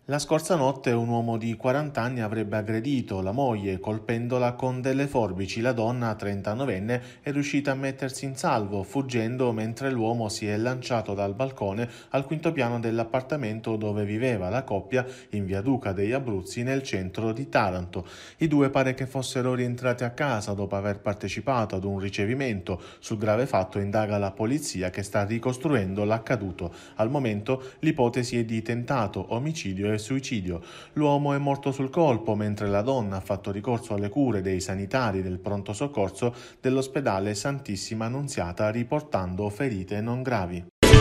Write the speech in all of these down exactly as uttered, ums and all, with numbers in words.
La scorsa notte un uomo di quaranta anni avrebbe aggredito la moglie colpendola con delle forbici. La donna, trentanovenne, è riuscita a mettersi in salvo, fuggendo mentre l'uomo si è lanciato dal balcone al quinto piano dell'appartamento dove viveva la coppia in via Duca degli Abruzzi nel centro di Taranto. I due pare che fossero rientrati a casa dopo aver partecipato ad un ricevimento. Sul grave fatto indaga la polizia che sta ricostruendo l'accaduto. Al momento l'ipotesi è di tentato omicidio e suicidio. L'uomo è morto sul colpo mentre la donna ha fatto ricorso alle cure dei sanitari del pronto soccorso dell'ospedale Santissima Annunziata, riportando ferite non gravi.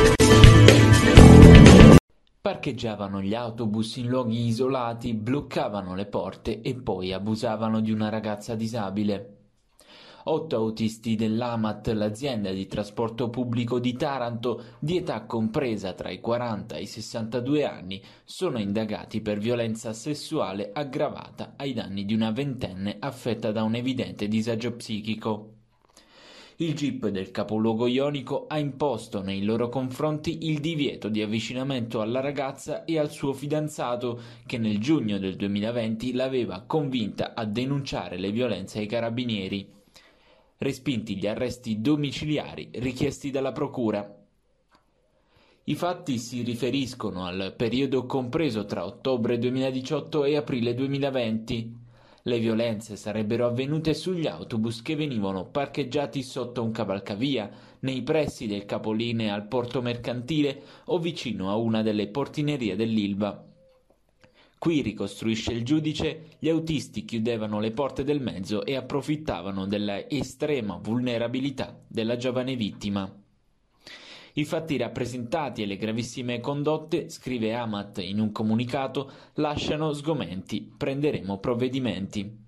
Parcheggiavano gli autobus in luoghi isolati, bloccavano le porte e poi abusavano di una ragazza disabile. Otto autisti dell'A M A T, l'azienda di trasporto pubblico di Taranto, di età compresa tra i quaranta e i sessantadue anni, sono indagati per violenza sessuale aggravata ai danni di una ventenne affetta da un evidente disagio psichico. Il G I P del capoluogo ionico ha imposto nei loro confronti il divieto di avvicinamento alla ragazza e al suo fidanzato, che nel giugno del duemilaventi l'aveva convinta a denunciare le violenze ai carabinieri. Respinti gli arresti domiciliari richiesti dalla procura. I fatti si riferiscono al periodo compreso tra ottobre duemiladiciotto e aprile duemilaventi. Le violenze sarebbero avvenute sugli autobus che venivano parcheggiati sotto un cavalcavia, nei pressi del capolinea al porto mercantile o vicino a una delle portinerie dell'Ilva. Qui, ricostruisce il giudice, gli autisti chiudevano le porte del mezzo e approfittavano della estrema vulnerabilità della giovane vittima. I fatti rappresentati e le gravissime condotte, scrive A M A T in un comunicato, lasciano sgomenti. Prenderemo provvedimenti.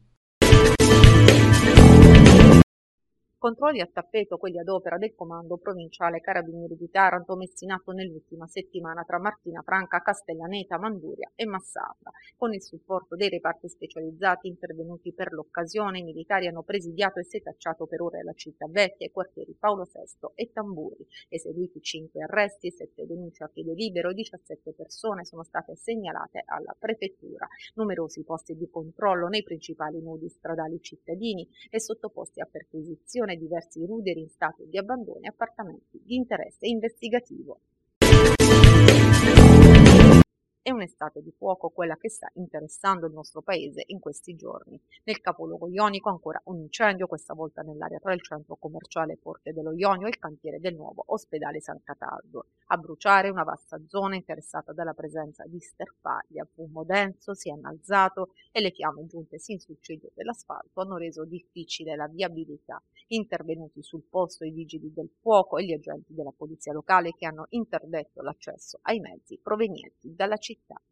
Controlli a tappeto, quelli ad opera del Comando Provinciale Carabinieri di Taranto, messi in atto nell'ultima settimana tra Martina Franca, Castellaneta, Manduria e Massafra. Con il supporto dei reparti specializzati intervenuti per l'occasione, i militari hanno presidiato e setacciato per ore la città vecchia, i quartieri Paolo sesto e Tamburi. Eseguiti cinque arresti, sette denunce a piede libero, diciassette persone sono state segnalate alla prefettura. Numerosi posti di controllo nei principali nodi stradali cittadini e sottoposti a perquisizione diversi ruderi in stato di abbandono e appartamenti di interesse investigativo. È un'estate di fuoco quella che sta interessando il nostro paese in questi giorni. Nel capoluogo ionico ancora un incendio, questa volta nell'area tra il centro commerciale Porte dello Ionio e il cantiere del nuovo ospedale San Cataldo. A bruciare una vasta zona interessata dalla presenza di sterpaglia. Fumo denso si è innalzato e le fiamme giunte sin sul ciglio dell'asfalto hanno reso difficile la viabilità. Intervenuti sul posto i vigili del fuoco e gli agenti della polizia locale che hanno interdetto l'accesso ai mezzi provenienti dalla città.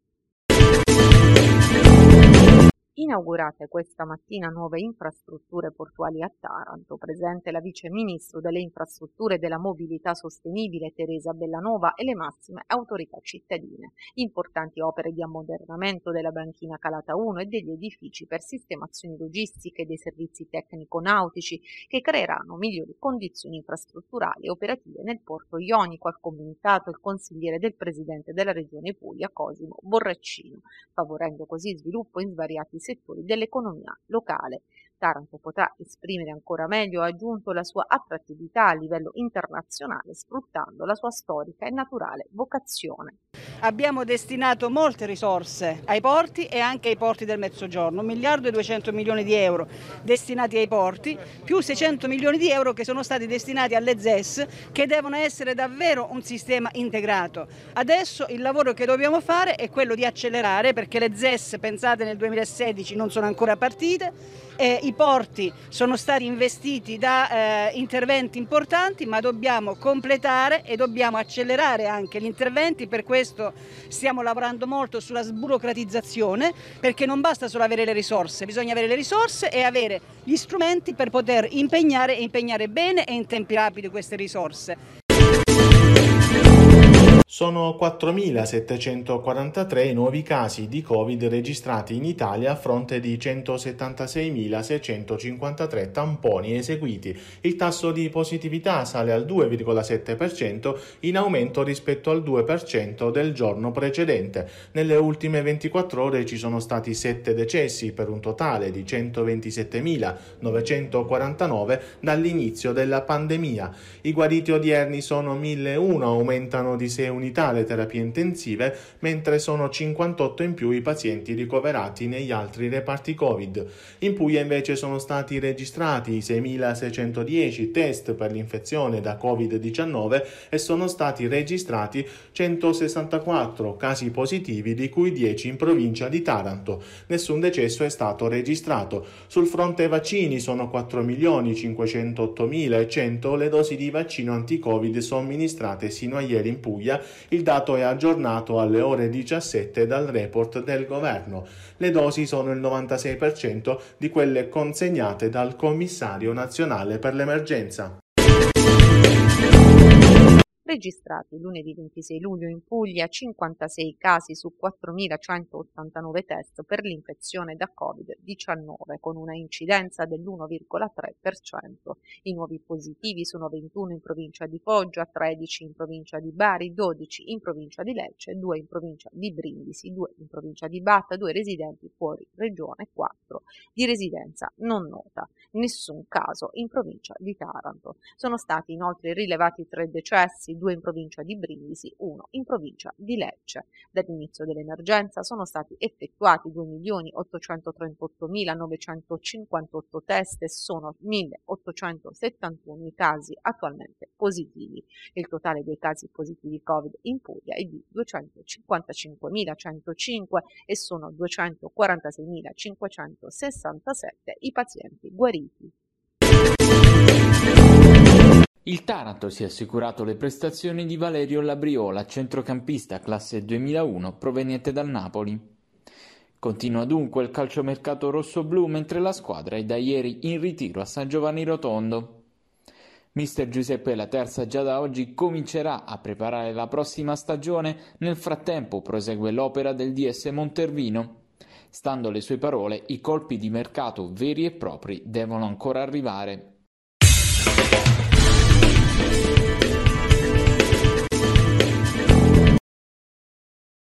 Inaugurate questa mattina nuove infrastrutture portuali a Taranto, presente la vice ministro delle infrastrutture e della mobilità sostenibile Teresa Bellanova e le massime autorità cittadine. Importanti opere di ammodernamento della banchina calata uno e degli edifici per sistemazioni logistiche e dei servizi tecnico-nautici che creeranno migliori condizioni infrastrutturali e operative nel porto ionico, ha comunicato il consigliere del presidente della regione Puglia Cosimo Borraccino, favorendo così sviluppo in svariati settori dell'economia locale. Taranto potrà esprimere ancora meglio, ha aggiunto, la sua attrattività a livello internazionale sfruttando la sua storica e naturale vocazione. Abbiamo destinato molte risorse ai porti e anche ai porti del Mezzogiorno, un miliardo e duecento milioni di euro destinati ai porti, più seicento milioni di euro che sono stati destinati alle Z E S, che devono essere davvero un sistema integrato. Adesso il lavoro che dobbiamo fare è quello di accelerare, perché le Z E S pensate nel duemilasedici non sono ancora partite. Eh, I porti sono stati investiti da eh, interventi importanti, ma dobbiamo completare e dobbiamo accelerare anche gli interventi. Per questo stiamo lavorando molto sulla sburocratizzazione, perché non basta solo avere le risorse, bisogna avere le risorse e avere gli strumenti per poter impegnare e impegnare bene e in tempi rapidi queste risorse. Sono quattromilasettecentoquarantatré i nuovi casi di Covid registrati in Italia a fronte di centosettantaseimilaseicentocinquantatré tamponi eseguiti. Il tasso di positività sale al due virgola sette per cento, in aumento rispetto al due per cento del giorno precedente. Nelle ultime ventiquattro ore ci sono stati sette decessi per un totale di centoventisettemilanovecentokwarantanove dall'inizio della pandemia. I guariti odierni sono millouno, aumentano di sei unità le terapie intensive, mentre sono cinquantotto in più i pazienti ricoverati negli altri reparti Covid. In Puglia invece sono stati registrati seimilaseicentodieci test per l'infezione da covid diciannove e sono stati registrati centosessantaquattro casi positivi, di cui dieci in provincia di Taranto. Nessun decesso è stato registrato. Sul fronte vaccini sono quattro milioni cinquecentottomilacento le dosi di vaccino anti-Covid somministrate sino a ieri in Puglia. Il dato è aggiornato alle ore diciassette dal report del governo. Le dosi sono il novantasei per cento di quelle consegnate dal commissario nazionale per l'emergenza. Registrati lunedì ventisei luglio in Puglia cinquantasei casi su quattromilacentottantanove test per l'infezione da covid diciannove, con una incidenza dell'uno virgola tre per cento. I nuovi positivi sono ventuno in provincia di Foggia, tredici in provincia di Bari, dodici in provincia di Lecce, due in provincia di Brindisi, due in provincia di Batta, due residenti fuori regione, quattro di residenza non nota. Nessun caso in provincia di Taranto. Sono stati inoltre rilevati tre decessi, due in provincia di Brindisi, uno in provincia di Lecce. Dall'inizio dell'emergenza sono stati effettuati due milioni ottocentotrentoottomilanovecentocinquantotto test e sono milleottocentosettantuno i casi attualmente positivi. Il totale dei casi positivi Covid in Puglia è di duecentocinquantacinquemilacentocinque e sono duecentoquarantaseimilacinquecentosessantasette i pazienti guariti. Il Taranto si è assicurato le prestazioni di Valerio Labriola, centrocampista classe duemilauno proveniente dal Napoli. Continua dunque il calciomercato rossoblu, mentre la squadra è da ieri in ritiro a San Giovanni Rotondo. Mister Giuseppe La Terza già da oggi comincerà a preparare la prossima stagione, nel frattempo prosegue l'opera del D S Montervino. Stando alle sue parole, i colpi di mercato veri e propri devono ancora arrivare.